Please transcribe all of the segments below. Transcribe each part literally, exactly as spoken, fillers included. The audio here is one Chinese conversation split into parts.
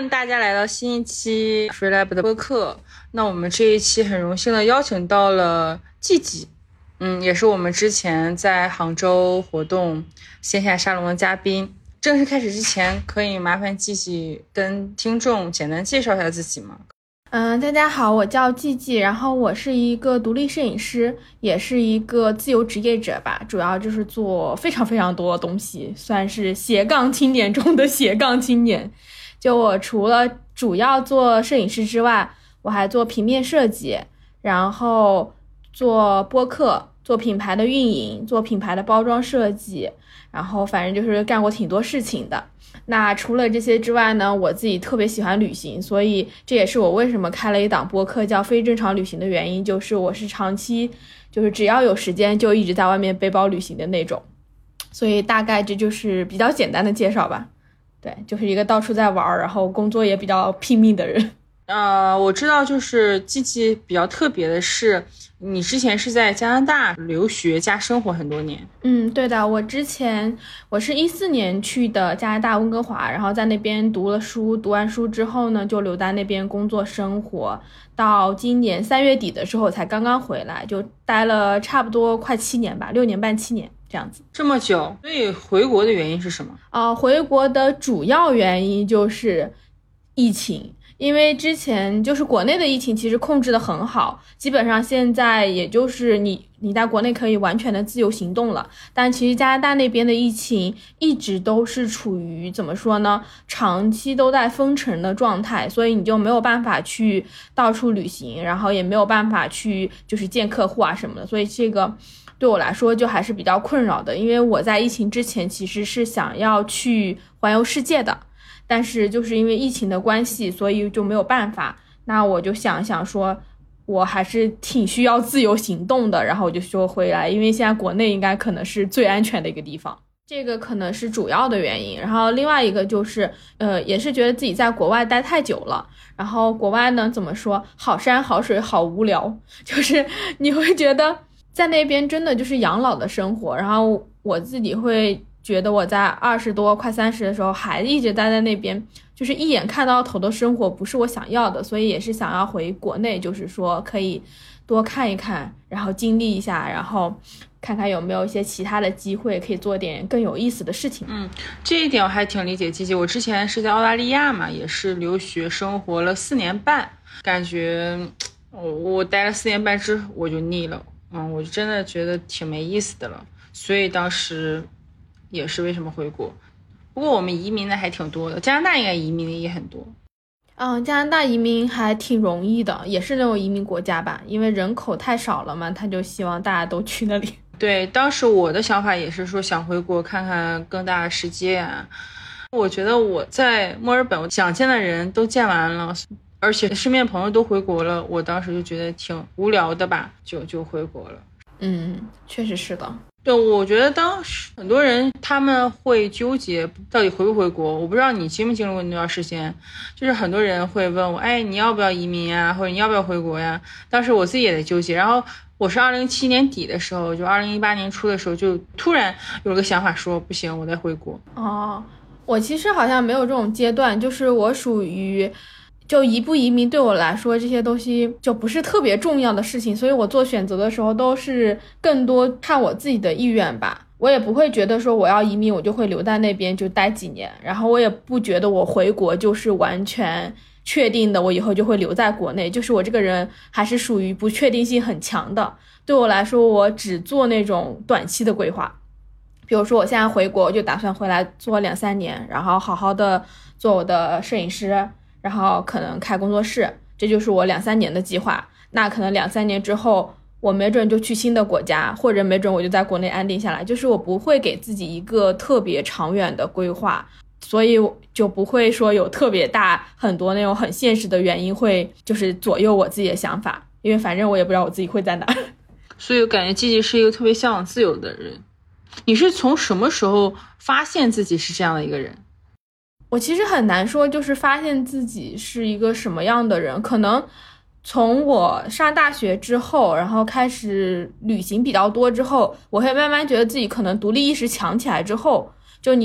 迎大家来到新一期 FreeLab 的播客。那我们这一期很荣幸的邀请到了季季，嗯，也是我们之前在杭州活动线下沙龙的嘉宾。正式开始之前，可以麻烦季季跟听众简单介绍一下自己吗？ 嗯，大家好，我叫季季，然后我是一个独立摄影师，也是一个自由职业者吧，主要就是做非常非常多的东西，算是斜杠青年中的斜杠青年。就我除了主要做摄影师之外，我还做平面设计，然后做播客，做品牌的运营，做品牌的包装设计，然后反正就是干过挺多事情的。那除了这些之外呢，我自己特别喜欢旅行，所以这也是我为什么开了一档播客叫非正常旅行的原因，就是我是长期就是只要有时间就一直在外面背包旅行的那种。所以大概这就是比较简单的介绍吧。对，就是一个到处在玩，然后工作也比较拼命的人。 呃，我知道就是季季比较特别的是，你之前是在加拿大留学加生活很多年。 嗯，对的，我之前我是一四年去的加拿大温哥华，然后在那边读了书，读完书之后呢，就留在那边工作生活，到今年三月底的时候才刚刚回来，就待了差不多快七年吧，六年半七年这样子。 这么久，所以回国的原因是什么？ 呃，回国的主要原因就是疫情。因为之前就是国内的疫情其实控制得很好，基本上现在也就是你你在国内可以完全的自由行动了，但其实加拿大那边的疫情一直都是处于怎么说呢，长期都在封城的状态，所以你就没有办法去到处旅行，然后也没有办法去就是见客户啊什么的，所以这个对我来说就还是比较困扰的。因为我在疫情之前其实是想要去环游世界的，但是就是因为疫情的关系，所以就没有办法。那我就想想说，我还是挺需要自由行动的，然后我就说回来，因为现在国内应该可能是最安全的一个地方，这个可能是主要的原因。然后另外一个就是，呃，也是觉得自己在国外待太久了，然后国外呢怎么说，好山好水好无聊，就是你会觉得在那边真的就是养老的生活，然后我自己会觉得我在二十多快三十的时候还一直待在那边，就是一眼看到头的生活不是我想要的，所以也是想要回国内，就是说可以多看一看，然后经历一下，然后看看有没有一些其他的机会可以做点更有意思的事情。 嗯，这一点我还挺理解季季。我之前是在澳大利亚嘛，也是留学生活了四年半，感觉我我待了四年半之后我就腻了，嗯，我就真的觉得挺没意思的了，所以当时也是为什么回国。不过我们移民的还挺多的，加拿大应该移民的也很多。 嗯，加拿大移民还挺容易的，也是那种移民国家吧，因为人口太少了嘛，他就希望大家都去那里。 对，当时我的想法也是说想回国看看更大的世界啊。我觉得我在墨尔本我想见的人都见完了，而且身边朋友都回国了，我当时就觉得挺无聊的吧，就就回国了。 嗯，确实是的。 对，我觉得当时很多人他们会纠结到底回不回国。我不知道你经没经历过那段时间，就是很多人会问我，哎，你要不要移民呀，或者你要不要回国呀？当时我自己也在纠结，然后我是二零一七年底的时候，就二零一八年初的时候，就突然有个想法说，不行，我得回国。 哦，我其实好像没有这种阶段，就是我属于就移不移民对我来说这些东西就不是特别重要的事情，所以我做选择的时候都是更多看我自己的意愿吧。我也不会觉得说我要移民我就会留在那边就待几年，然后我也不觉得我回国就是完全确定的我以后就会留在国内，就是我这个人还是属于不确定性很强的。对我来说我只做那种短期的规划，比如说我现在回国就打算回来做两三年，然后好好的做我的摄影师，然后可能开工作室，这就是我两三年的计划。那可能两三年之后我没准就去新的国家，或者没准我就在国内安定下来，就是我不会给自己一个特别长远的规划，所以就不会说有特别大很多那种很现实的原因会就是左右我自己的想法，因为反正我也不知道我自己会在哪。 所以我感觉季季是一个特别向往自由的人。你是从什么时候发现自己是这样的一个人？ 我其实很难说就是发现自己是一个什么样的人，可能从我上大学之后，然后开始旅行比较多之后，我会慢慢觉得自己可能独立意识强起来之后，就你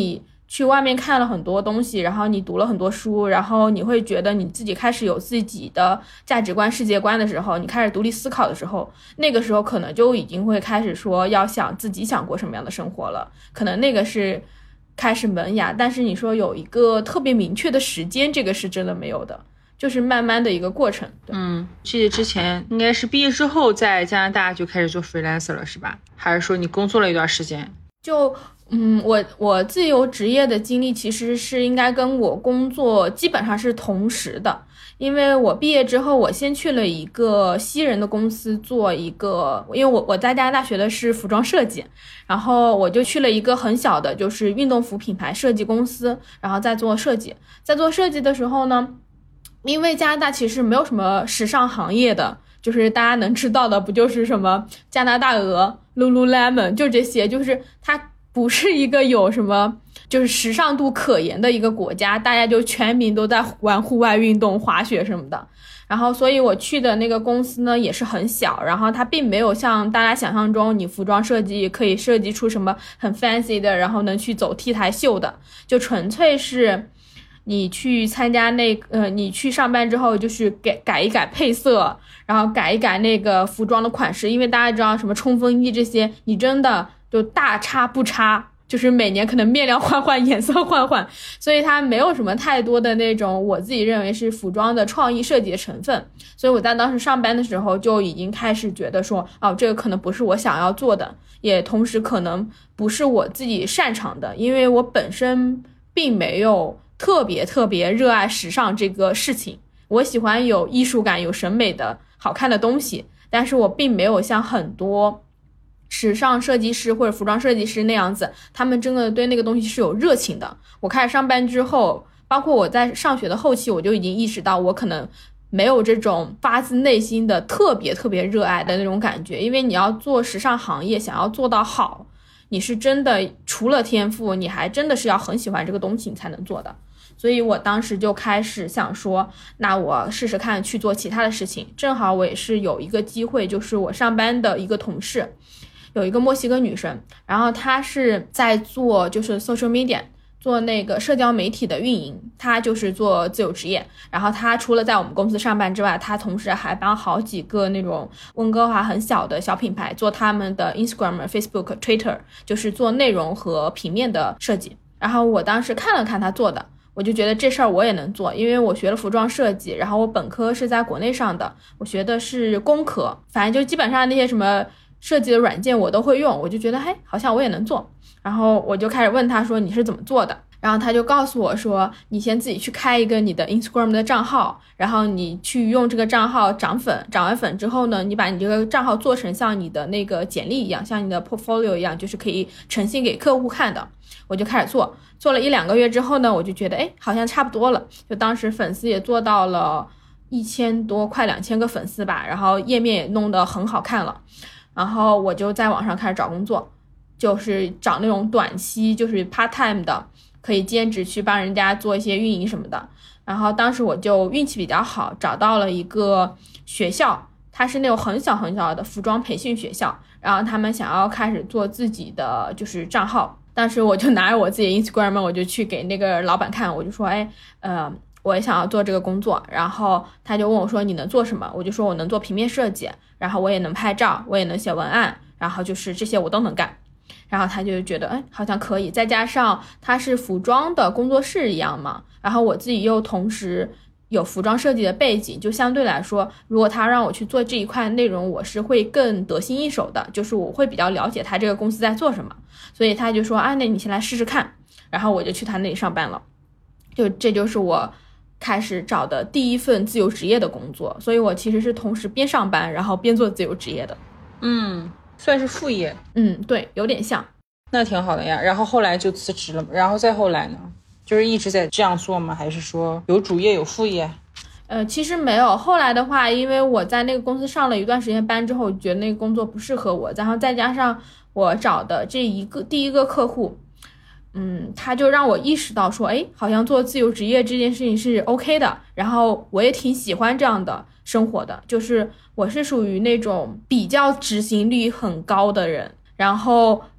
去外面看了很多东西，然后你读了很多书，然后你会觉得你自己开始有自己的价值观世界观的时候，你开始独立思考的时候，那个时候可能就已经会开始说要想自己想过什么样的生活了，可能那个是开始萌芽。但是你说有一个特别明确的时间，这个是真的没有的，就是慢慢的一个过程。 嗯，记得之前应该是毕业之后在加拿大就开始做 freelancer 了是吧？还是说你工作了一段时间？ 就嗯，我我自由职业的经历其实是应该跟我工作基本上是同时的，因为我毕业之后，我先去了一个西人的公司做一个，因为我我在加拿大学的是服装设计，然后我就去了一个很小的，就是运动服品牌设计公司，然后再做设计。在做设计的时候呢，因为加拿大其实没有什么时尚行业的，就是大家能知道的不就是什么加拿大鹅、Lululemon 就这些，就是它不是一个有什么就是时尚度可言的一个国家，大家就全民都在玩户外运动、滑雪什么的。然后所以我去的那个公司呢也是很小，然后它并没有像大家想象中你服装设计可以设计出什么很 fancy 的，然后能去走 T 台秀的，就纯粹是你去参加那呃，你去上班之后就是改改一改配色，然后改一改那个服装的款式，因为大家知道什么冲锋衣这些，你真的就大差不差，就是每年可能面料换换，颜色换换，所以它没有什么太多的那种我自己认为是服装的创意设计的成分。所以我在当时上班的时候就已经开始觉得说，哦，这个可能不是我想要做的，也同时可能不是我自己擅长的，因为我本身并没有特别特别热爱时尚这个事情，我喜欢有艺术感、有审美的好看的东西，但是我并没有像很多时尚设计师或者服装设计师那样子，他们真的对那个东西是有热情的。我开始上班之后，包括我在上学的后期，我就已经意识到我可能没有这种发自内心的特别特别热爱的那种感觉，因为你要做时尚行业，想要做到好，你是真的除了天赋，你还真的是要很喜欢这个东西你才能做的。所以我当时就开始想说，那我试试看去做其他的事情。正好我也是有一个机会，就是我上班的一个同事有一个墨西哥女生，然后她是在做就是 social media， 做那个社交媒体的运营，她就是做自由职业。然后她除了在我们公司上班之外，她同时还帮好几个那种温哥华很小的小品牌做他们的 Instagram、Facebook、Twitter， 就是做内容和平面的设计。然后我当时看了看她做的，我就觉得这事儿我也能做，因为我学了服装设计，然后我本科是在国内上的，我学的是工科，反正就基本上那些什么设计的软件我都会用，我就觉得嘿，好像我也能做。然后我就开始问他说你是怎么做的，然后他就告诉我说你先自己去开一个你的 Instagram 的账号，然后你去用这个账号涨粉，涨完粉之后呢，你把你这个账号做成像你的那个简历一样，像你的 portfolio 一样，就是可以呈现给客户看的。我就开始做，做了一两个月之后呢，我就觉得哎，好像差不多了，就当时粉丝也做到了一千多，快两千个粉丝吧，然后页面也弄得很好看了。然后我就在网上开始找工作，就是找那种短期就是 part time 的，可以兼职去帮人家做一些运营什么的。然后当时我就运气比较好，找到了一个学校，它是那种很小很小的服装培训学校，然后他们想要开始做自己的就是账号。当时我就拿着我自己的 Instagram， 我就去给那个老板看，我就说哎呃我也想要做这个工作。然后他就问我说你能做什么，我就说我能做平面设计，然后我也能拍照，我也能写文案，然后就是这些我都能干。然后他就觉得哎好像可以，再加上他是服装的工作室一样嘛，然后我自己又同时有服装设计的背景，就相对来说如果他让我去做这一块内容，我是会更得心应手的，就是我会比较了解他这个公司在做什么。所以他就说啊那你先来试试看，然后我就去他那里上班了。就这就是我开始找的第一份自由职业的工作，所以我其实是同时边上班然后边做自由职业的。 嗯，算是副业。 嗯，对，有点像。 那挺好的呀。然后后来就辞职了，然后再后来呢，就是一直在这样做吗？还是说有主业有副业？ 呃，其实没有。后来的话，因为我在那个公司上了一段时间班之后，觉得那个工作不适合我，然后再加上我找的这一个第一个客户，嗯，他就让我意识到说，哎，好像做自由职业这件事情是 OK 的，然后我也挺喜欢这样的生活的，就是我是属于那种比较执行力很高的人，然后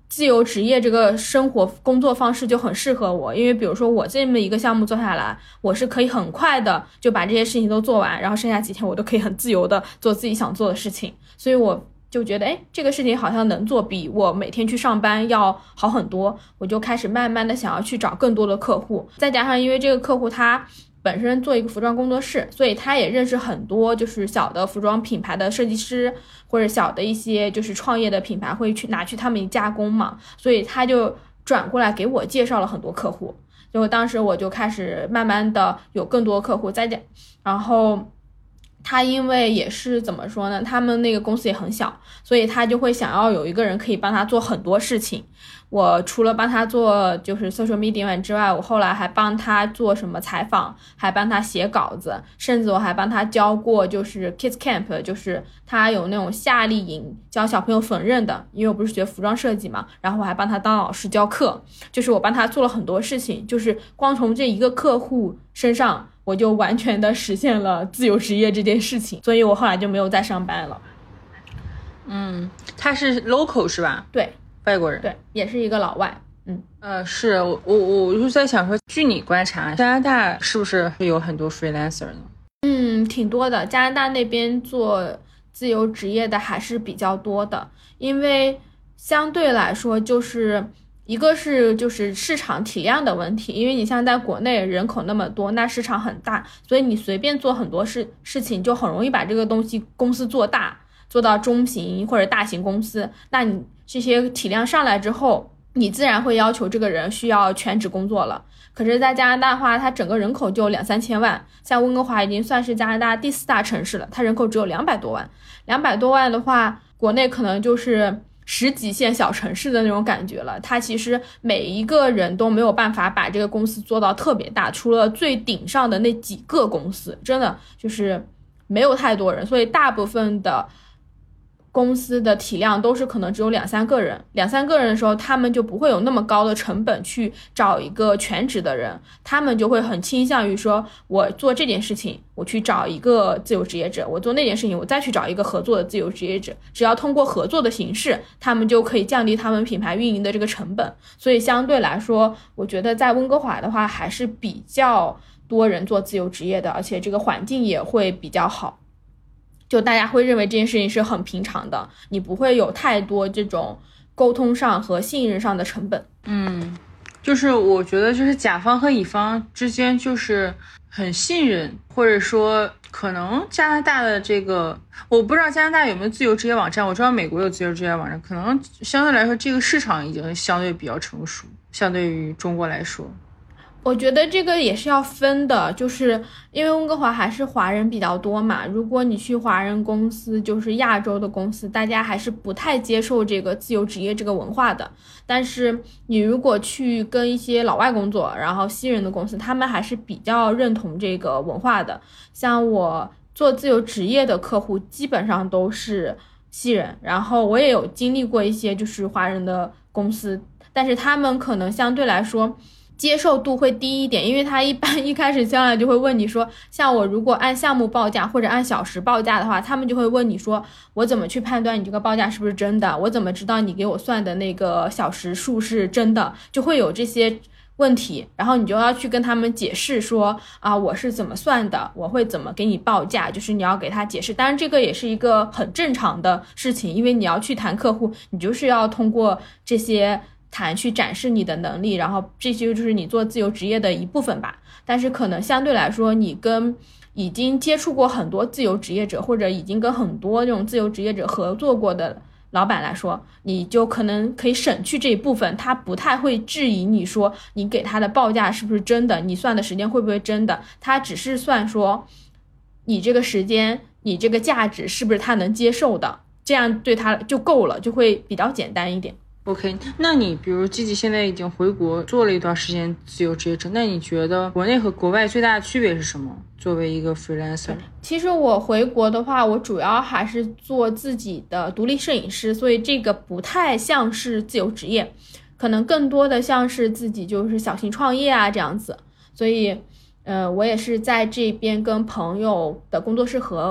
自由职业这个生活工作方式就很适合我，因为比如说我这么一个项目做下来，我是可以很快的就把这些事情都做完，然后剩下几天我都可以很自由的做自己想做的事情，所以我就觉得哎，这个事情好像能做比我每天去上班要好很多，我就开始慢慢的想要去找更多的客户，再加上因为这个客户他本身做一个服装工作室，所以他也认识很多就是小的服装品牌的设计师，或者小的一些就是创业的品牌会去拿去他们加工嘛，所以他就转过来给我介绍了很多客户，就当时我就开始慢慢的有更多客户再加，然后他因为也是怎么说呢，他们那个公司也很小，所以他就会想要有一个人可以帮他做很多事情。我除了帮他做就是 social media 之外，我后来还帮他做什么采访，还帮他写稿子，甚至我还帮他教过就是 kids camp， 就是他有那种夏令营教小朋友缝纫的，因为我不是学服装设计嘛，然后我还帮他当老师教课，就是我帮他做了很多事情，就是光从这一个客户身上我就完全的实现了自由职业这件事情，所以我后来就没有再上班了。 嗯，他是 local 是吧？ 对， 外国人， 对，也是一个老外。嗯， 呃，是我我我就在想说，据你观察，加拿大是不是有很多 freelancer 呢？ 嗯，挺多的，加拿大那边做自由职业的还是比较多的，因为相对来说就是一个是就是市场体量的问题，因为你像在国内人口那么多，那市场很大，所以你随便做很多事事情就很容易把这个东西公司做大，做到中型或者大型公司，那你这些体量上来之后，你自然会要求这个人需要全职工作了。可是在加拿大的话，它整个人口就两三千万，像温哥华已经算是加拿大第四大城市了，它人口只有两百多万，两百多万的话，国内可能就是十几线小城市的那种感觉了。它其实每一个人都没有办法把这个公司做到特别大，除了最顶上的那几个公司，真的就是没有太多人，所以大部分的公司的体量都是可能只有两三个人，两三个人的时候，他们就不会有那么高的成本去找一个全职的人，他们就会很倾向于说，我做这件事情，我去找一个自由职业者，我做那件事情，我再去找一个合作的自由职业者，只要通过合作的形式，他们就可以降低他们品牌运营的这个成本。所以相对来说，我觉得在温哥华的话，还是比较多人做自由职业的，而且这个环境也会比较好。就大家会认为这件事情是很平常的，你不会有太多这种沟通上和信任上的成本。 嗯，就是我觉得就是甲方和乙方之间就是很信任，或者说可能加拿大的这个，我不知道加拿大有没有自由职业网站，我知道美国有自由职业网站，可能相对来说这个市场已经相对比较成熟，相对于中国来说。 我觉得这个也是要分的，就是因为温哥华还是华人比较多嘛，如果你去华人公司，就是亚洲的公司，大家还是不太接受这个自由职业这个文化的。但是你如果去跟一些老外工作，然后西人的公司，他们还是比较认同这个文化的。像我做自由职业的客户基本上都是西人，然后我也有经历过一些就是华人的公司，但是他们可能相对来说接受度会低一点，因为他一般一开始上来就会问你说，像我如果按项目报价或者按小时报价的话，他们就会问你说，我怎么去判断你这个报价是不是真的，我怎么知道你给我算的那个小时数是真的，就会有这些问题，然后你就要去跟他们解释说啊，我是怎么算的，我会怎么给你报价，就是你要给他解释。当然这个也是一个很正常的事情，因为你要去谈客户，你就是要通过这些谈去展示你的能力，然后这些就是你做自由职业的一部分吧。但是可能相对来说，你跟已经接触过很多自由职业者，或者已经跟很多这种自由职业者合作过的老板来说，你就可能可以省去这一部分，他不太会质疑你说你给他的报价是不是真的，你算的时间会不会真的，他只是算说你这个时间，你这个价值是不是他能接受的，这样对他就够了，就会比较简单一点。 OK， 那你比如季季现在已经回国做了一段时间自由职业者，那你觉得国内和国外最大的区别是什么？作为一个 freelancer， 其实我回国的话，我主要还是做自己的独立摄影师，所以这个不太像是自由职业，可能更多的像是自己就是小型创业啊这样子。所以，呃，我也是在这边跟朋友的工作室合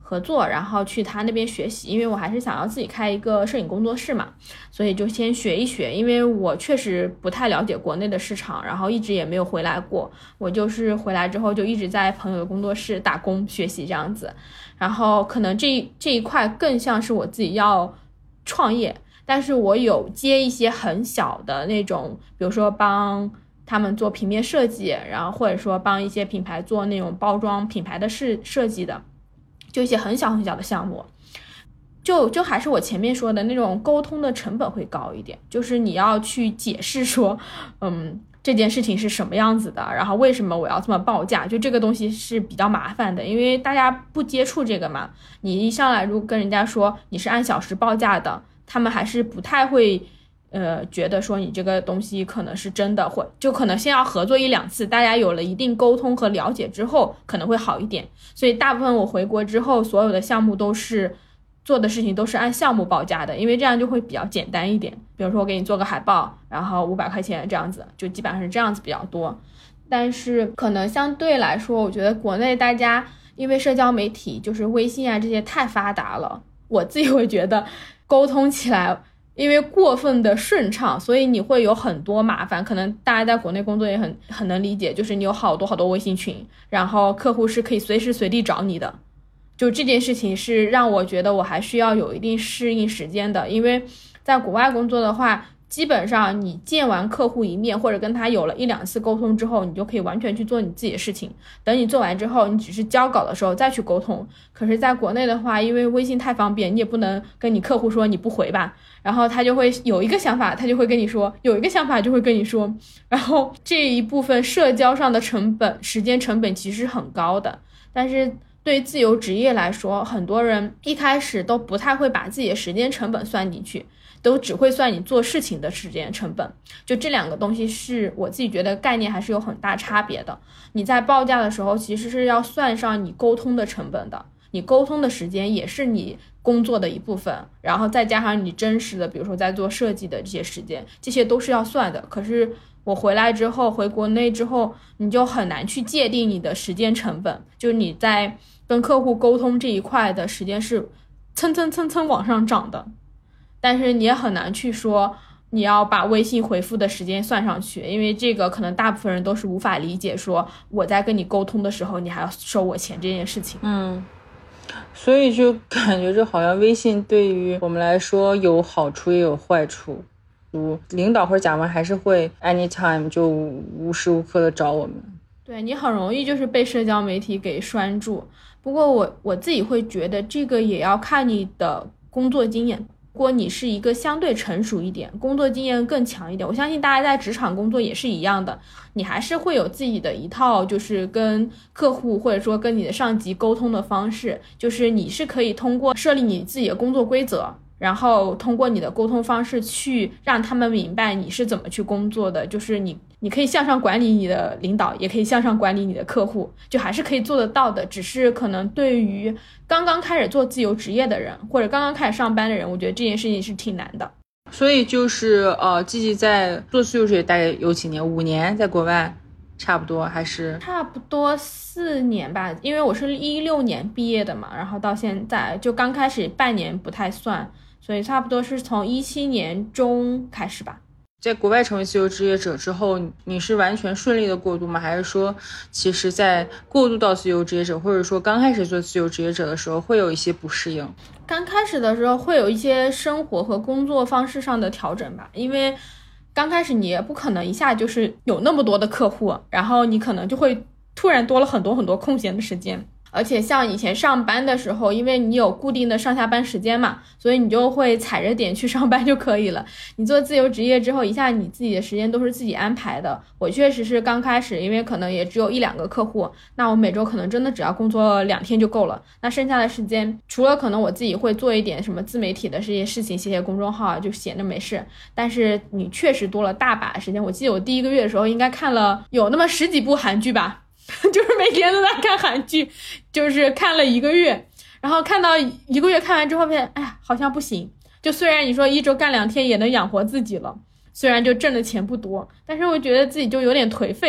合作，然后去他那边学习，因为我还是想要自己开一个摄影工作室嘛，所以就先学一学，因为我确实不太了解国内的市场，然后一直也没有回来过，我就是回来之后就一直在朋友的工作室打工学习这样子，然后可能这这一块更像是我自己要创业，但是我有接一些很小的那种，比如说帮他们做平面设计，然后或者说帮一些品牌做那种包装品牌的设设计的，就一些很小很小的项目，就就还是我前面说的那种沟通的成本会高一点，就是你要去解释说，嗯，这件事情是什么样子的，然后为什么我要这么报价，就这个东西是比较麻烦的，因为大家不接触这个嘛，你一上来如果跟人家说你是按小时报价的，他们还是不太会呃，觉得说你这个东西可能是真的，或就可能先要合作一两次，大家有了一定沟通和了解之后可能会好一点，所以大部分我回国之后所有的项目都是做的事情都是按项目报价的，因为这样就会比较简单一点，比如说我给你做个海报，然后五百块钱这样子，就基本上是这样子比较多。但是可能相对来说，我觉得国内大家因为社交媒体就是微信啊这些太发达了，我自己会觉得沟通起来因为过分的顺畅，所以你会有很多麻烦，可能大家在国内工作也很很能理解，就是你有好多好多微信群，然后客户是可以随时随地找你的，就这件事情是让我觉得我还需要有一定适应时间的，因为在国外工作的话，基本上你见完客户一面或者跟他有了一两次沟通之后，你就可以完全去做你自己的事情，等你做完之后你只是交稿的时候再去沟通。可是在国内的话，因为微信太方便，你也不能跟你客户说你不回吧，然后他就会有一个想法他就会跟你说，有一个想法就会跟你说，然后这一部分社交上的成本时间成本其实很高的。但是对自由职业来说，很多人一开始都不太会把自己的时间成本算进去，都只会算你做事情的时间成本，就这两个东西是我自己觉得概念还是有很大差别的。你在报价的时候其实是要算上你沟通的成本的，你沟通的时间也是你工作的一部分，然后再加上你真实的比如说在做设计的这些时间，这些都是要算的。可是我回来之后回国内之后，你就很难去界定你的时间成本，就你在跟客户沟通这一块的时间是蹭蹭蹭蹭往上涨的，但是你也很难去说你要把微信回复的时间算上去，因为这个可能大部分人都是无法理解说我在跟你沟通的时候你还要收我钱这件事情。 嗯，所以就感觉这好像微信对于我们来说有好处也有坏处，领导或者甲方还是会 anytime 就无时无刻的找我们， 对，你很容易就是被社交媒体给拴住。不过我我自己会觉得这个也要看你的工作经验，如果你是一个相对成熟一点，工作经验更强一点，我相信大家在职场工作也是一样的，你还是会有自己的一套就是跟客户或者说跟你的上级沟通的方式，就是你是可以通过设立你自己的工作规则，然后通过你的沟通方式去让他们明白你是怎么去工作的，就是你你可以向上管理你的领导，也可以向上管理你的客户，就还是可以做得到的，只是可能对于刚刚开始做自由职业的人或者刚刚开始上班的人，我觉得这件事情是挺难的。 所以就是呃，季季在做自由职业大概有几年？五年在国外差不多还是差不多四年吧，因为我是一六年毕业的嘛，然后到现在就刚开始半年不太算，所以差不多是从一七年中开始吧。 在国外成为自由职业者之后，你是完全顺利的过渡吗？还是说其实在过渡到自由职业者，或者说刚开始做自由职业者的时候会有一些不适应？ 刚开始的时候会有一些生活和工作方式上的调整吧，因为刚开始你也不可能一下就是有那么多的客户，然后你可能就会突然多了很多很多空闲的时间。而且像以前上班的时候，因为你有固定的上下班时间嘛，所以你就会踩着点去上班就可以了。你做自由职业之后，一下你自己的时间都是自己安排的。我确实是刚开始，因为可能也只有一两个客户，那我每周可能真的只要工作两天就够了。那剩下的时间，除了可能我自己会做一点什么自媒体的这些事情，写写公众号就闲着没事，但是你确实多了大把时间。我记得我第一个月的时候应该看了有那么十几部韩剧吧，就是每天都在看韩剧，就是看了一个月，然后看到一个月看完之后发现，哎呀，好像不行。就虽然你说一周干两天也能养活自己了，虽然就挣的钱不多，但是我觉得自己就有点颓废，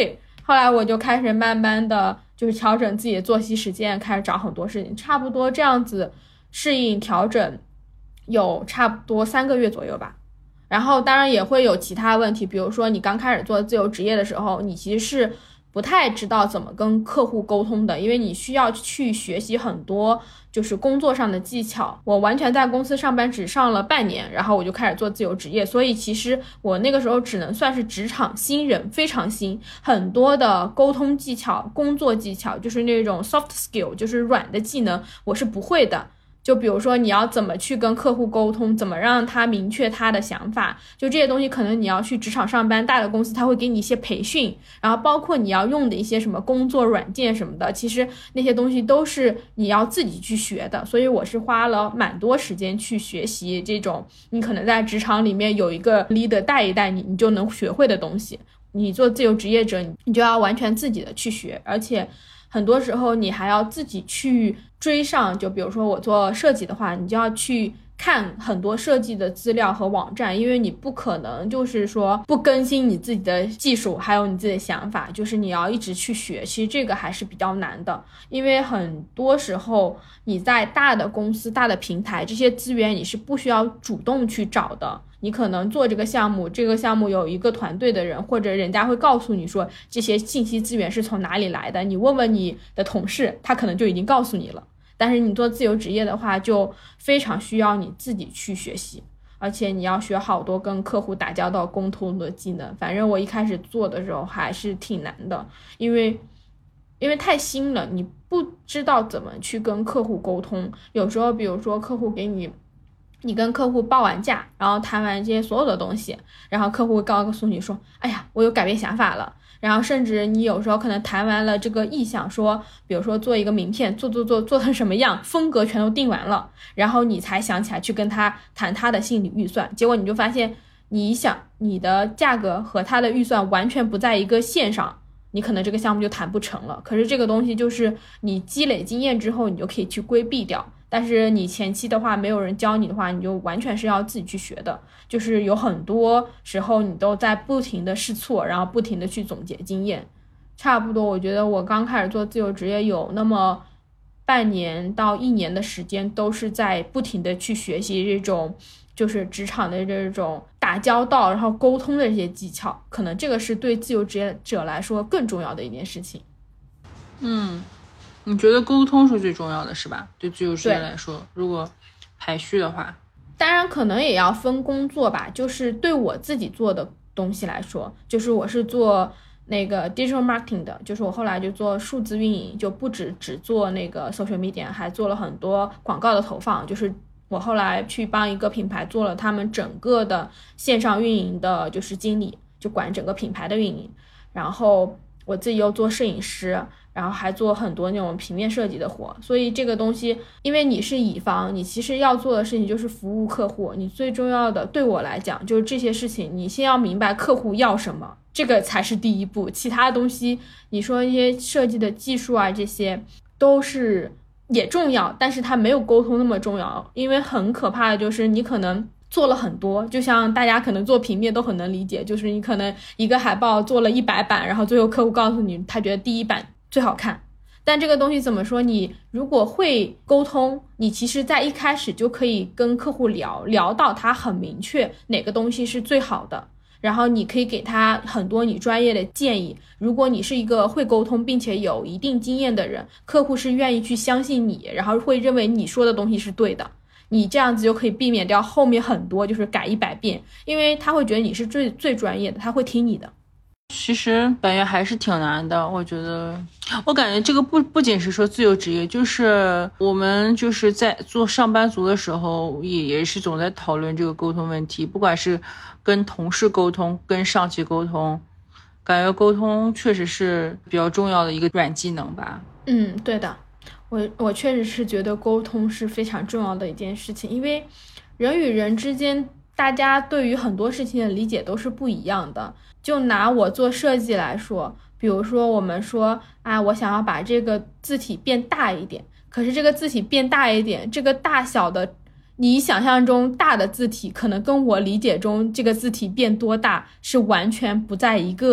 后来我就开始慢慢的就是调整自己的作息时间，开始找很多事情，差不多这样子适应调整有差不多三个月左右吧。然后当然也会有其他问题，比如说你刚开始做自由职业的时候，你其实是不太知道怎么跟客户沟通的，因为你需要去学习很多就是工作上的技巧。我完全在公司上班只上了半年，然后我就开始做自由职业，所以其实我那个时候只能算是职场新人，非常新，很多的沟通技巧、工作技巧，就是那种 soft skill， 就是软的技能，我是不会的。就比如说你要怎么去跟客户沟通，怎么让他明确他的想法，就这些东西可能你要去职场上班，大的公司他会给你一些培训，然后包括你要用的一些什么工作软件什么的，其实那些东西都是你要自己去学的。所以我是花了蛮多时间去学习这种你可能在职场里面有一个 leader 带一带你，你就能学会的东西。你做自由职业者，你就要完全自己的去学，而且很多时候你还要自己去追上，就比如说我做设计的话，你就要去看很多设计的资料和网站，因为你不可能就是说不更新你自己的技术还有你自己的想法，就是你要一直去学。其实这个还是比较难的，因为很多时候你在大的公司、大的平台，这些资源你是不需要主动去找的。你可能做这个项目，这个项目有一个团队的人，或者人家会告诉你说这些信息资源是从哪里来的，你问问你的同事，他可能就已经告诉你了。但是你做自由职业的话，就非常需要你自己去学习，而且你要学好多跟客户打交道、沟通的技能。反正我一开始做的时候还是挺难的，因为因为太新了，你不知道怎么去跟客户沟通。有时候比如说客户给你你跟客户报完价，然后谈完这些所有的东西，然后客户会告诉你说，哎呀，我有改变想法了。然后甚至你有时候可能谈完了这个意向，说比如说做一个名片，做做做做成什么样，风格全都定完了，然后你才想起来去跟他谈他的心理预算。结果你就发现你想你的价格和他的预算完全不在一个线上，你可能这个项目就谈不成了。可是这个东西就是你积累经验之后你就可以去规避掉，但是你前期的话没有人教你的话，你就完全是要自己去学的。就是有很多时候你都在不停的试错，然后不停的去总结经验。差不多我觉得我刚开始做自由职业有那么半年到一年的时间，都是在不停的去学习这种就是职场的这种打交道然后沟通的这些技巧，可能这个是对自由职业者来说更重要的一件事情。 嗯，你觉得沟通是最重要的是吧？对自由职业来说，如果排序的话， 当然可能也要分工作吧。就是对我自己做的东西来说，就是我是做那个 digital marketing 的，就是我后来就做数字运营，就不止只做那个 social media， 还做了很多广告的投放。就是我后来去帮一个品牌做了他们整个的线上运营的就是经理，就管整个品牌的运营。然后我自己又做摄影师，然后还做很多那种平面设计的活。所以这个东西因为你是乙方，你其实要做的事情就是服务客户。你最重要的对我来讲就是这些事情，你先要明白客户要什么，这个才是第一步。其他东西你说一些设计的技术啊，这些都是也重要，但是它没有沟通那么重要。因为很可怕的就是你可能做了很多，就像大家可能做平面都很能理解，就是你可能一个海报做了一百版，然后最后客户告诉你他觉得第一版最好看。但这个东西怎么说，你如果会沟通，你其实在一开始就可以跟客户聊聊到他很明确哪个东西是最好的，然后你可以给他很多你专业的建议。如果你是一个会沟通并且有一定经验的人，客户是愿意去相信你，然后会认为你说的东西是对的。你这样子就可以避免掉后面很多就是改一百遍，因为他会觉得你是最最专业的，他会听你的。 其实感觉还是挺难的。我觉得我感觉这个不不仅是说自由职业，就是我们就是在做上班族的时候也也是总在讨论这个沟通问题，不管是跟同事沟通跟上级沟通，感觉沟通确实是比较重要的一个软技能吧。 嗯，对的，我我确实是觉得沟通是非常重要的一件事情。因为人与人之间大家对于很多事情的理解都是不一样的。就拿我做设计来说，比如说我们说啊，我想要把这个字体变大一点，可是这个字体变大一点，这个大小的你想象中大的字体可能跟我理解中这个字体变多大是完全不在一个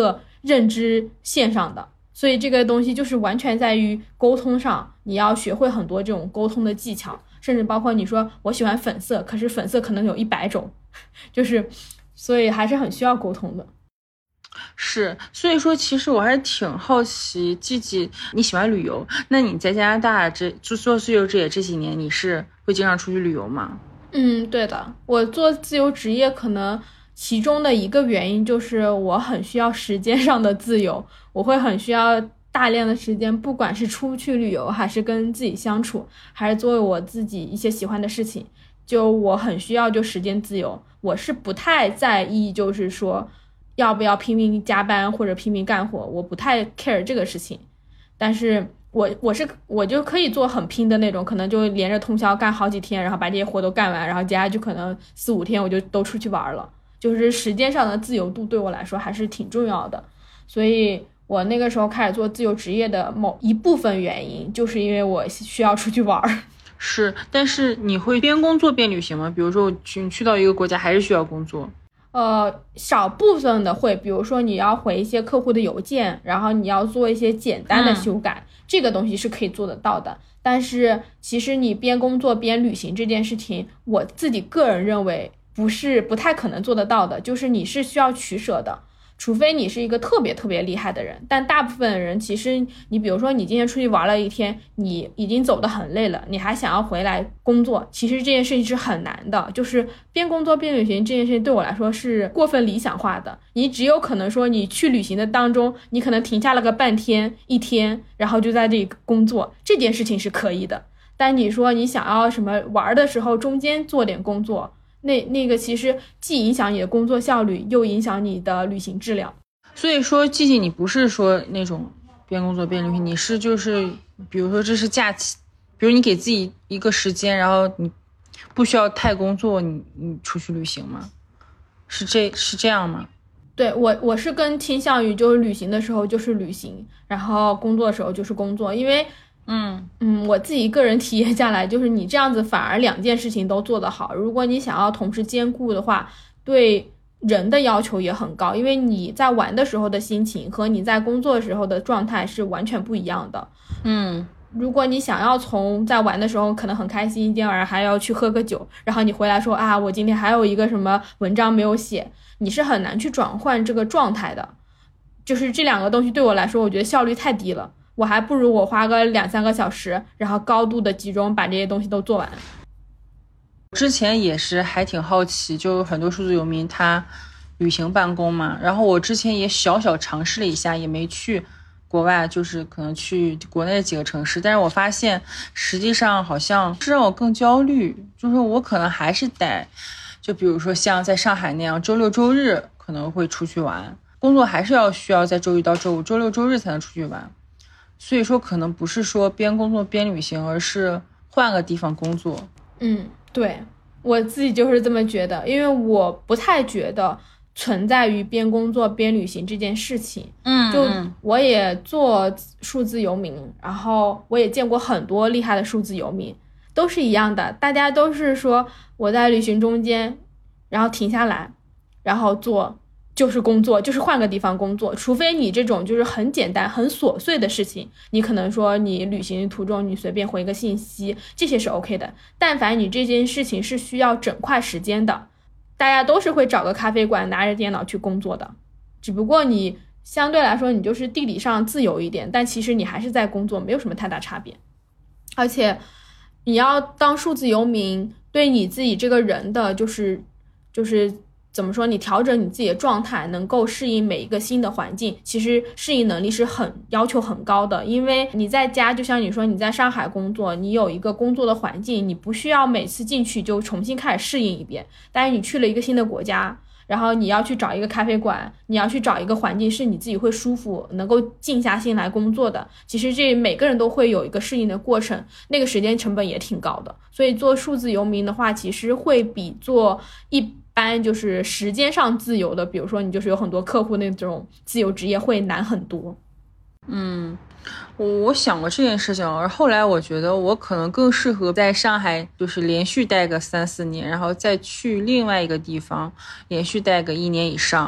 认知线上的，所以这个东西就是完全在于沟通上，你要学会很多这种沟通的技巧，甚至包括你说我喜欢粉色，可是粉色可能有一百种，就是所以还是很需要沟通的。 是，所以说其实我还挺好奇，季季你喜欢旅游，那你在加拿大这做做自由职业这几年，你是会经常出去旅游吗？ 嗯，对的，我做自由职业可能其中的一个原因就是我很需要时间上的自由，我会很需要大量的时间，不管是出去旅游还是跟自己相处，还是做我自己一些喜欢的事情，就我很需要就时间自由。我是不太在意就是说要不要拼命加班或者拼命干活，我不太 care 这个事情。但是我我是我就可以做很拼的那种，可能就连着通宵干好几天，然后把这些活都干完，然后接下来就可能四五天我就都出去玩了。就是时间上的自由度对我来说还是挺重要的，所以我那个时候开始做自由职业的某一部分原因就是因为我需要出去玩。 是，但是你会边工作边旅行吗？比如说去你去到一个国家还是需要工作？ 呃，少部分的会，比如说你要回一些客户的邮件，然后你要做一些简单的修改，嗯，这个东西是可以做得到的。但是其实你边工作边旅行这件事情，我自己个人认为不是不太可能做得到的，就是你是需要取舍的。除非你是一个特别特别厉害的人，但大部分人其实你比如说你今天出去玩了一天，你已经走得很累了，你还想要回来工作，其实这件事情是很难的，就是边工作边旅行这件事情对我来说是过分理想化的。你只有可能说你去旅行的当中，你可能停下了个半天一天，然后就在这里工作，这件事情是可以的。但你说你想要什么玩的时候中间做点工作，那那个其实既影响你的工作效率，又影响你的旅行质量。 所以说季季你不是说那种边工作边旅行，你是就是比如说这是假期，比如你给自己一个时间，然后你不需要太工作，你你出去旅行吗？是这是这样吗？ 对，我我是更倾向于就是旅行的时候就是旅行，然后工作的时候就是工作。因为嗯嗯，我自己个人体验下来，就是你这样子反而两件事情都做得好。如果你想要同时兼顾的话，对人的要求也很高，因为你在玩的时候的心情和你在工作的时候的状态是完全不一样的。 嗯， 如果你想要从在玩的时候可能很开心，今天晚上还要去喝个酒，然后你回来说啊，我今天还有一个什么文章没有写，你是很难去转换这个状态的。就是这两个东西对我来说，我觉得效率太低了。我还不如我花个两三个小时，然后高度的集中把这些东西都做完。 之前也是还挺好奇，就很多数字游民他旅行办公嘛，然后我之前也小小尝试了一下，也没去国外，就是可能去国内的几个城市，但是我发现实际上好像是让我更焦虑，就是我可能还是得就比如说像在上海那样周六周日可能会出去玩，工作还是要需要在周一到周五周六周日才能出去玩。所以说可能不是说边工作边旅行，而是换个地方工作。 嗯，对，我自己就是这么觉得，因为我不太觉得存在于边工作边旅行这件事情。 嗯， 就我也做数字游民，然后我也见过很多厉害的数字游民，都是一样的，大家都是说我在旅行中间，然后停下来，然后做就是工作，就是换个地方工作。除非你这种就是很简单很琐碎的事情，你可能说你旅行途中你随便回个信息，这些是 OK 的。但凡你这件事情是需要整块时间的，大家都是会找个咖啡馆拿着电脑去工作的，只不过你相对来说你就是地理上自由一点，但其实你还是在工作，没有什么太大差别。而且你要当数字游民，对你自己这个人的就是就是怎么说，你调整你自己的状态，能够适应每一个新的环境，其实适应能力是很要求很高的。因为你在家，就像你说你在上海工作，你有一个工作的环境，你不需要每次进去就重新开始适应一遍。但是你去了一个新的国家，然后你要去找一个咖啡馆，你要去找一个环境是你自己会舒服能够静下心来工作的，其实这每个人都会有一个适应的过程，那个时间成本也挺高的。所以做数字游民的话，其实会比做一般就是时间上自由的，比如说你就是有很多客户那种自由职业会难很多。 嗯，我想过这件事情，而后来我觉得我可能更适合在上海就是连续待个三四年，然后再去另外一个地方连续待个一年以上，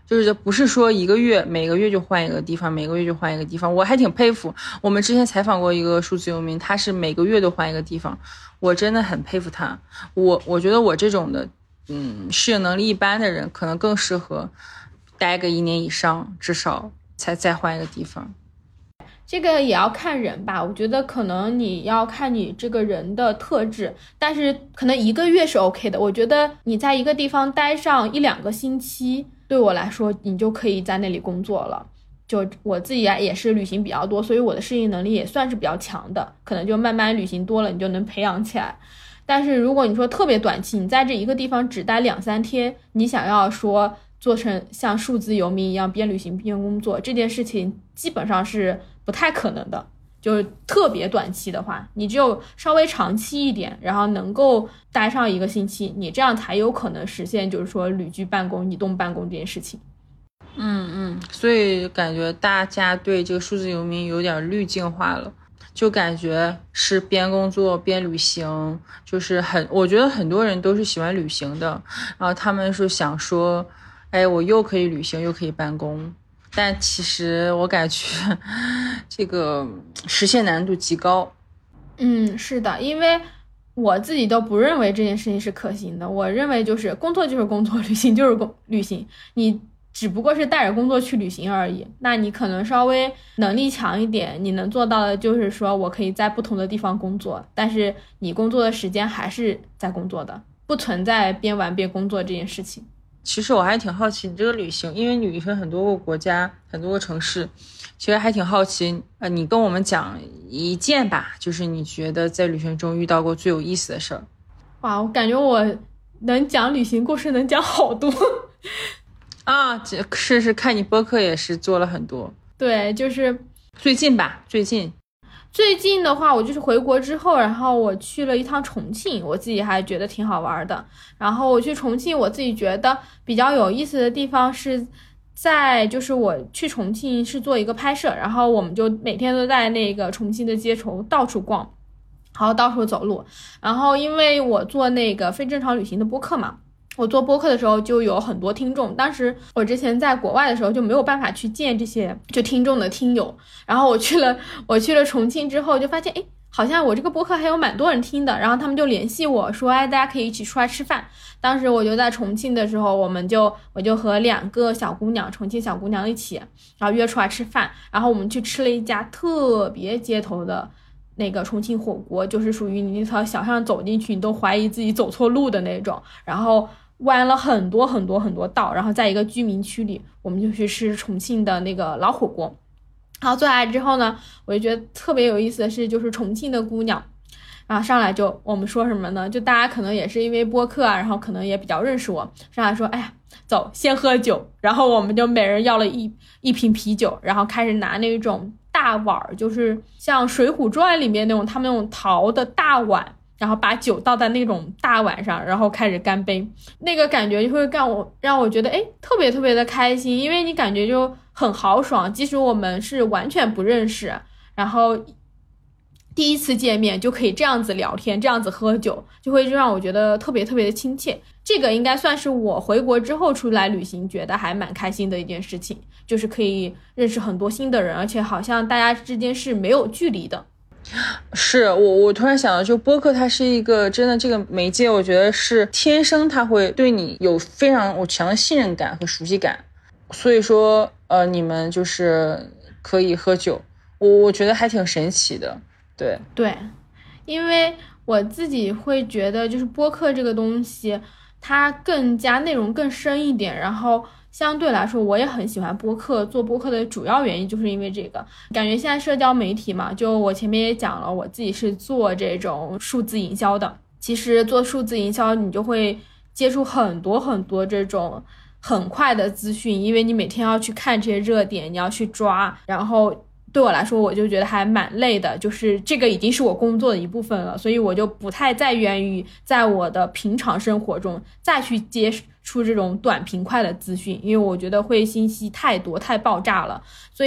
就是不是说一个月每个月就换一个地方，每个月就换一个地方。我还挺佩服，我们之前采访过一个数字游民，他是每个月都换一个地方，我真的很佩服他。我我觉得我这种的嗯适应能力一般的人，可能更适合待个一年以上，至少才再换一个地方。 这个也要看人吧，我觉得可能你要看你这个人的特质，但是可能一个月是 OK 的。我觉得你在一个地方待上一两个星期，对我来说你就可以在那里工作了。就我自己也是旅行比较多，所以我的适应能力也算是比较强的，可能就慢慢旅行多了你就能培养起来。但是如果你说特别短期，你在这一个地方只待两三天，你想要说做成像数字游民一样边旅行边工作，这件事情基本上是不太可能的。就是特别短期的话，你只有稍微长期一点，然后能够待上一个星期，你这样才有可能实现就是说旅居办公、移动办公这件事情。 嗯嗯，所以感觉大家对这个数字游民有点滤镜化了，就感觉是边工作边旅行，就是很，我觉得很多人都是喜欢旅行的，然后他们是想说，哎，我又可以旅行又可以办公，但其实我感觉这个实现难度极高。 嗯，是的，因为我自己都不认为这件事情是可行的。我认为就是工作就是工作，旅行就是工旅行，你只不过是带着工作去旅行而已。那你可能稍微能力强一点，你能做到的就是说我可以在不同的地方工作，但是你工作的时间还是在工作的，不存在边玩边工作这件事情。 其实我还挺好奇你这个旅行，因为你旅行很多个国家很多个城市，其实还挺好奇呃，你跟我们讲一件吧，就是你觉得在旅行中遇到过最有意思的事儿。 哇，我感觉我能讲旅行故事能讲好多啊，是是，看你播客也是做了很多。 对，就是最近吧，最近最近的话，我就是回国之后，然后我去了一趟重庆，我自己还觉得挺好玩的。然后我去重庆，我自己觉得比较有意思的地方是在，就是我去重庆是做一个拍摄，然后我们就每天都在那个重庆的街头到处逛，然后到处走路。然后因为我做那个非正常旅行的播客嘛，我做播客的时候就有很多听众，当时我之前在国外的时候就没有办法去见这些就听众的听友，然后我去了我去了重庆之后就发现，哎，好像我这个播客还有蛮多人听的，然后他们就联系我说，哎，大家可以一起出来吃饭。当时我就在重庆的时候，我们就我就和两个小姑娘，重庆小姑娘一起，然后约出来吃饭，然后我们去吃了一家特别街头的那个重庆火锅，就是属于你那条小巷走进去你都怀疑自己走错路的那种，然后弯了很多很多很多道，然后在一个居民区里，我们就去吃重庆的那个老火锅。然后坐下来之后呢，我就觉得特别有意思的是，就是重庆的姑娘，然后上来就我们说什么呢？就大家可能也是因为播客啊，然后可能也比较认识我，上来说，哎呀，走，先喝酒。然后我们就每人要了一一瓶啤酒，然后开始拿那种大碗，就是像《水浒传》里面那种他们那种陶的大碗，然后把酒倒在那种大碗上，然后开始干杯。那个感觉就会让我让我觉得，哎，特别特别的开心，因为你感觉就很豪爽，即使我们是完全不认识，然后第一次见面就可以这样子聊天，这样子喝酒，就会让我觉得特别特别的亲切。这个应该算是我回国之后出来旅行觉得还蛮开心的一件事情，就是可以认识很多新的人，而且好像大家之间是没有距离的。 是我我突然想到，就播客它是一个真的这个媒介，我觉得是天生它会对你有非常强的信任感和熟悉感，所以说呃你们就是可以喝酒，我我觉得还挺神奇的。对对，因为我自己会觉得就是播客这个东西它更加内容更深一点，然后相对来说我也很喜欢播客，做播客的主要原因就是因为这个感觉现在社交媒体嘛，就我前面也讲了，我自己是做这种数字营销的，其实做数字营销你就会接触很多很多这种很快的资讯，因为你每天要去看这些热点，你要去抓，然后对我来说我就觉得还蛮累的，就是这个已经是我工作的一部分了，所以我就不太再愿意在我的平常生活中再去接触这种短平快的资讯，因为我觉得会信息太多太爆炸了。所以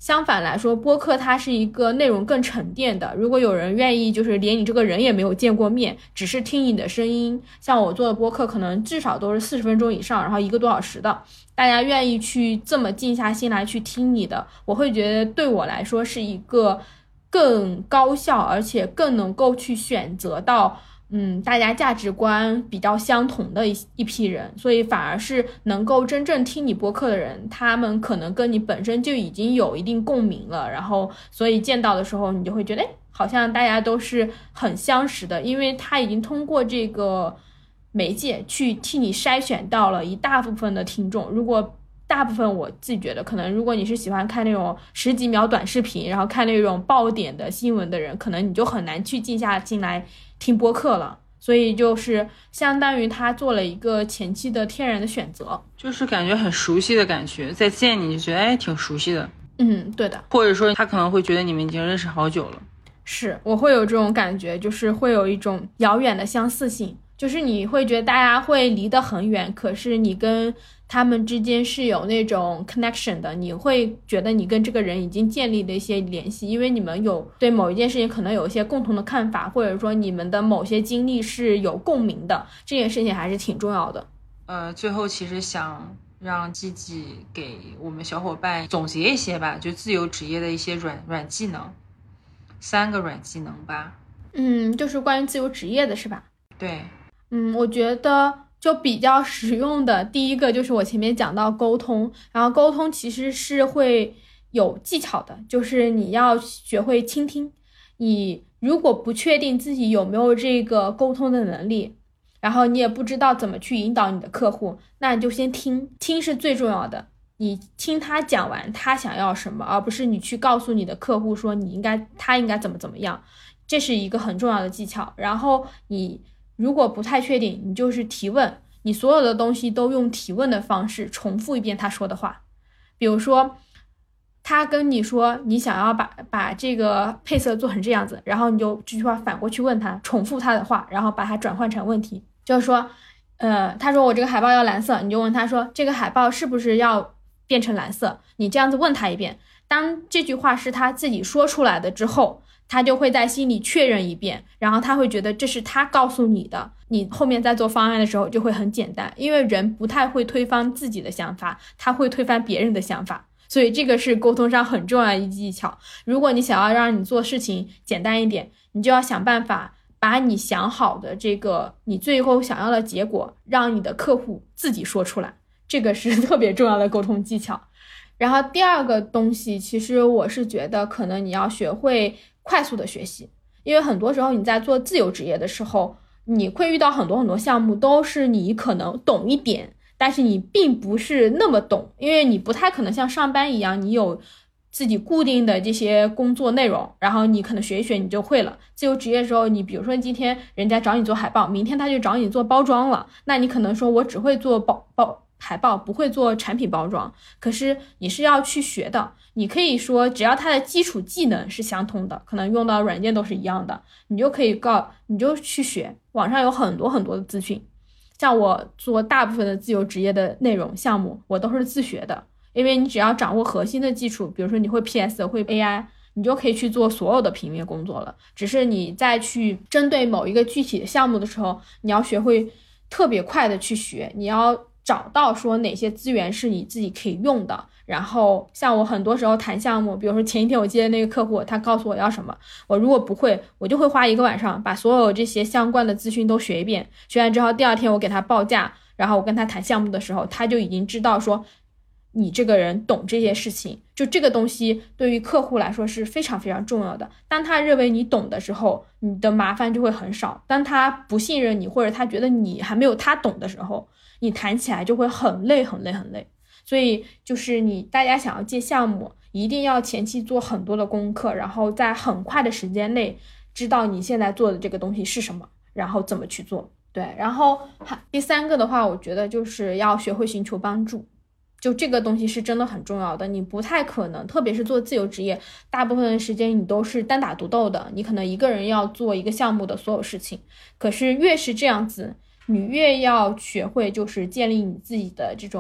相反来说，播客它是一个内容更沉淀的。如果有人愿意，就是连你这个人也没有见过面，只是听你的声音，像我做的播客，可能至少都是四十分钟以上，然后一个多小时的，大家愿意去这么静下心来去听你的，我会觉得对我来说是一个更高效，而且更能够去选择到嗯，大家价值观比较相同的一一批人，所以反而是能够真正听你播客的人，他们可能跟你本身就已经有一定共鸣了，然后所以见到的时候，你就会觉得，哎，好像大家都是很相识的，因为他已经通过这个媒介去替你筛选到了一大部分的听众。如果大部分我自己觉得，可能如果你是喜欢看那种十几秒短视频，然后看那种爆点的新闻的人，可能你就很难去静下心来听播客了。所以就是相当于他做了一个前期的天然的选择， 就是感觉很熟悉的感觉，再见你就觉得哎挺熟悉的。 嗯，对的。 或者说他可能会觉得你们已经认识好久了。 是，我会有这种感觉，就是会有一种遥远的相似性，就是你会觉得大家会离得很远，可是你跟他们之间是有那种 connection 的，你会觉得你跟这个人已经建立了一些联系，因为你们有对某一件事情可能有一些共同的看法，或者说你们的某些经历是有共鸣的，这件事情还是挺重要的。 呃，最后其实想让季季给我们小伙伴总结一些吧，就自由职业的一些软软技能，三个软技能吧。 嗯，就是关于自由职业的是吧？ 对。 嗯，我觉得就比较实用的第一个就是我前面讲到沟通，然后沟通其实是会有技巧的，就是你要学会倾听。你如果不确定自己有没有这个沟通的能力，然后你也不知道怎么去引导你的客户，那你就先听，听是最重要的。你听他讲完他想要什么，而不是你去告诉你的客户说你应该他应该怎么怎么样，这是一个很重要的技巧。然后你如果不太确定，你就是提问，你所有的东西都用提问的方式重复一遍他说的话。比如说他跟你说你想要把把这个配色做成这样子，然后你就这句话反过去问他，重复他的话，然后把它转换成问题。就是说呃，他说我这个海报要蓝色，你就问他说这个海报是不是要变成蓝色，你这样子问他一遍。当这句话是他自己说出来的之后，他就会在心里确认一遍，然后他会觉得这是他告诉你的，你后面在做方案的时候就会很简单，因为人不太会推翻自己的想法，他会推翻别人的想法，所以这个是沟通上很重要的一技巧。如果你想要让你做事情简单一点，你就要想办法把你想好的这个你最后想要的结果让你的客户自己说出来，这个是特别重要的沟通技巧。然后第二个东西，其实我是觉得可能你要学会快速的学习，因为很多时候你在做自由职业的时候，你会遇到很多很多项目都是你可能懂一点，但是你并不是那么懂，因为你不太可能像上班一样，你有自己固定的这些工作内容，然后你可能学一学你就会了。自由职业的时候，你比如说今天人家找你做海报，明天他就找你做包装了，那你可能说我只会做包包海报，不会做产品包装，可是你是要去学的。你可以说只要它的基础技能是相通的，可能用到软件都是一样的，你就可以告你就去学，网上有很多很多的资讯。像我做大部分的自由职业的内容项目，我都是自学的，因为你只要掌握核心的基础，比如说你会 P S 会 A I， 你就可以去做所有的平面工作了。只是你再去针对某一个具体的项目的时候，你要学会特别快的去学，你要找到说哪些资源是你自己可以用的。然后像我很多时候谈项目，比如说前一天我接的那个客户，他告诉我要什么，我如果不会，我就会花一个晚上把所有这些相关的资讯都学一遍，学完之后第二天我给他报价，然后我跟他谈项目的时候，他就已经知道说你这个人懂这些事情。就这个东西对于客户来说是非常非常重要的，当他认为你懂的时候，你的麻烦就会很少，当他不信任你，或者他觉得你还没有他懂的时候，你谈起来就会很累很累很累。所以就是你大家想要接项目，一定要前期做很多的功课，然后在很快的时间内知道你现在做的这个东西是什么，然后怎么去做。对，然后第三个的话，我觉得就是要学会寻求帮助，就这个东西是真的很重要的。你不太可能，特别是做自由职业，大部分的时间你都是单打独斗的，你可能一个人要做一个项目的所有事情。可是越是这样子，你越要学会就是建立你自己的这种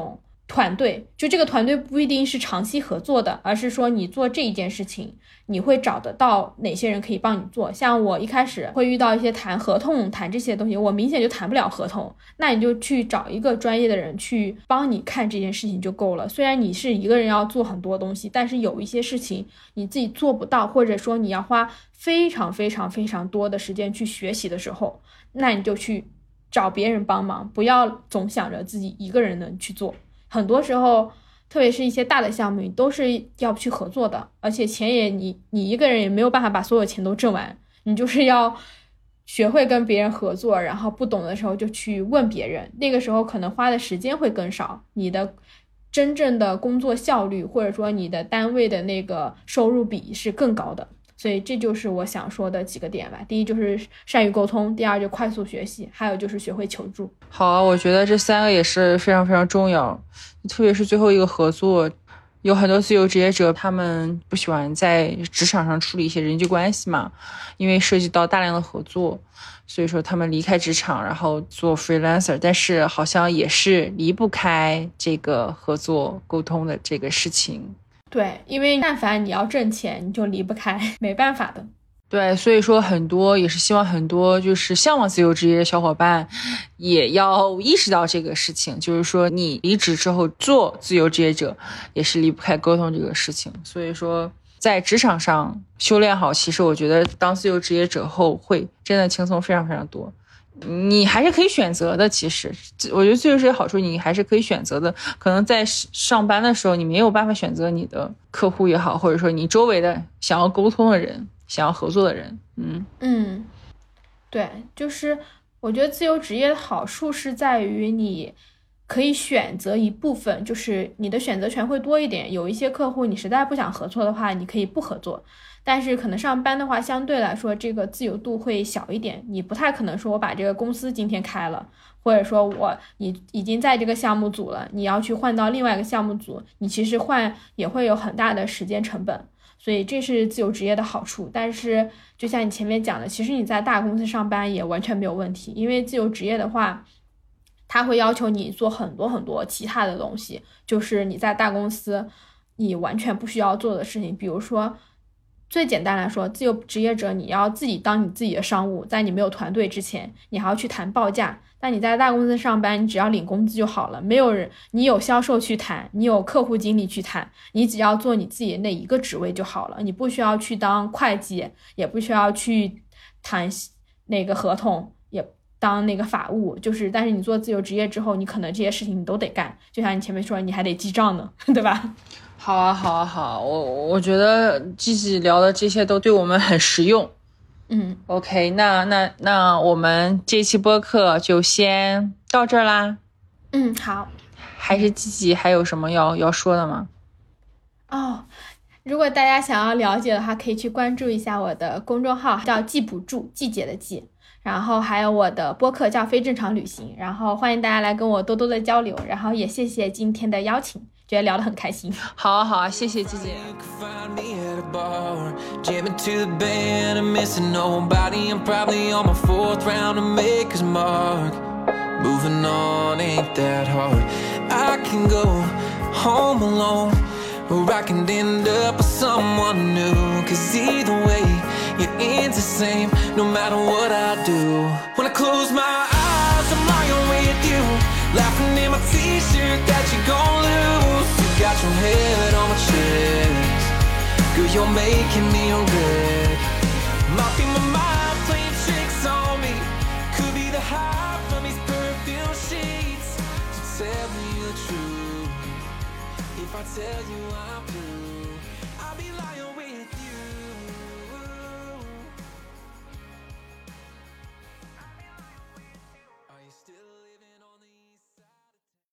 团队，就这个团队不一定是长期合作的，而是说你做这一件事情你会找得到哪些人可以帮你做。像我一开始会遇到一些谈合同谈这些东西，我明显就谈不了合同，那你就去找一个专业的人去帮你看这件事情就够了。虽然你是一个人要做很多东西，但是有一些事情你自己做不到，或者说你要花非常非常非常多的时间去学习的时候，那你就去找别人帮忙，不要总想着自己一个人能去做。很多时候特别是一些大的项目你都是要去合作的，而且钱也你你一个人也没有办法把所有钱都挣完，你就是要学会跟别人合作，然后不懂的时候就去问别人，那个时候可能花的时间会更少，你的真正的工作效率或者说你的单位的那个收入比是更高的。所以这就是我想说的几个点吧。第一就是善于沟通，第二就快速学习，还有就是学会求助。 好啊，我觉得这三个也是非常非常重要，特别是最后一个合作。有很多自由职业者他们不喜欢在职场上处理一些人际关系嘛，因为涉及到大量的合作，所以说他们离开职场然后做 freelancer， 但是好像也是离不开这个合作沟通的这个事情。 对，因为但凡你要挣钱你就离不开，没办法的。 对，所以说很多也是希望很多就是向往自由职业的小伙伴也要意识到这个事情，就是说你离职之后做自由职业者也是离不开沟通这个事情。所以说在职场上修炼好，其实我觉得当自由职业者后会真的轻松非常非常多。你还是可以选择的，其实我觉得自由职业好处你还是可以选择的，可能在上班的时候你没有办法选择你的客户也好，或者说你周围的想要沟通的人想要合作的人。嗯嗯，对，就是我觉得自由职业的好处是在于你可以选择一部分，就是你的选择权会多一点，有一些客户你实在不想合作的话你可以不合作，但是可能上班的话相对来说这个自由度会小一点，你不太可能说我把这个公司今天开了，或者说我你已经在这个项目组了，你要去换到另外一个项目组，你其实换也会有很大的时间成本，所以这是自由职业的好处。但是就像你前面讲的，其实你在大公司上班也完全没有问题，因为自由职业的话他会要求你做很多很多其他的东西，就是你在大公司你完全不需要做的事情。比如说最简单来说，自由职业者你要自己当你自己的商务，在你没有团队之前你还要去谈报价，但你在大公司上班你只要领工资就好了，没有人你有销售去谈，你有客户经理去谈，你只要做你自己那一个职位就好了，你不需要去当会计，也不需要去谈那个合同，也当那个法务，就是但是你做自由职业之后你可能这些事情你都得干，就像你前面说你还得记账呢，对吧？ 好啊好啊好，我我觉得季季聊的这些都对我们很实用。 嗯 OK， 那那那我们这期播客就先到这儿啦。 嗯，好。 还是季季还有什么要要说的吗？ 哦，如果大家想要了解的话可以去关注一下我的公众号，叫季不住，季节的季，然后还有我的播客叫非正常旅行，然后欢迎大家来跟我多多的交流，然后也谢谢今天的邀请，觉得聊得很开心。 好啊好啊，谢谢季姐。 Jamming to the band and missing nobody. I'm probably on my fourth round to make his mark. Moving on ain't that hard. I can go home alone, or I can end up with someone new. Cause either way, it ends the same, no matter what I do. When I close my eyes, I'm lying with you, laughing in my t-shirt that you're gon' lose. You got your head on my chest, girl, you're making me a wreck. Might be my mind playing tricks on me, could be the high from these perfume sheets. So tell me the truth, if I tell you I'm blue.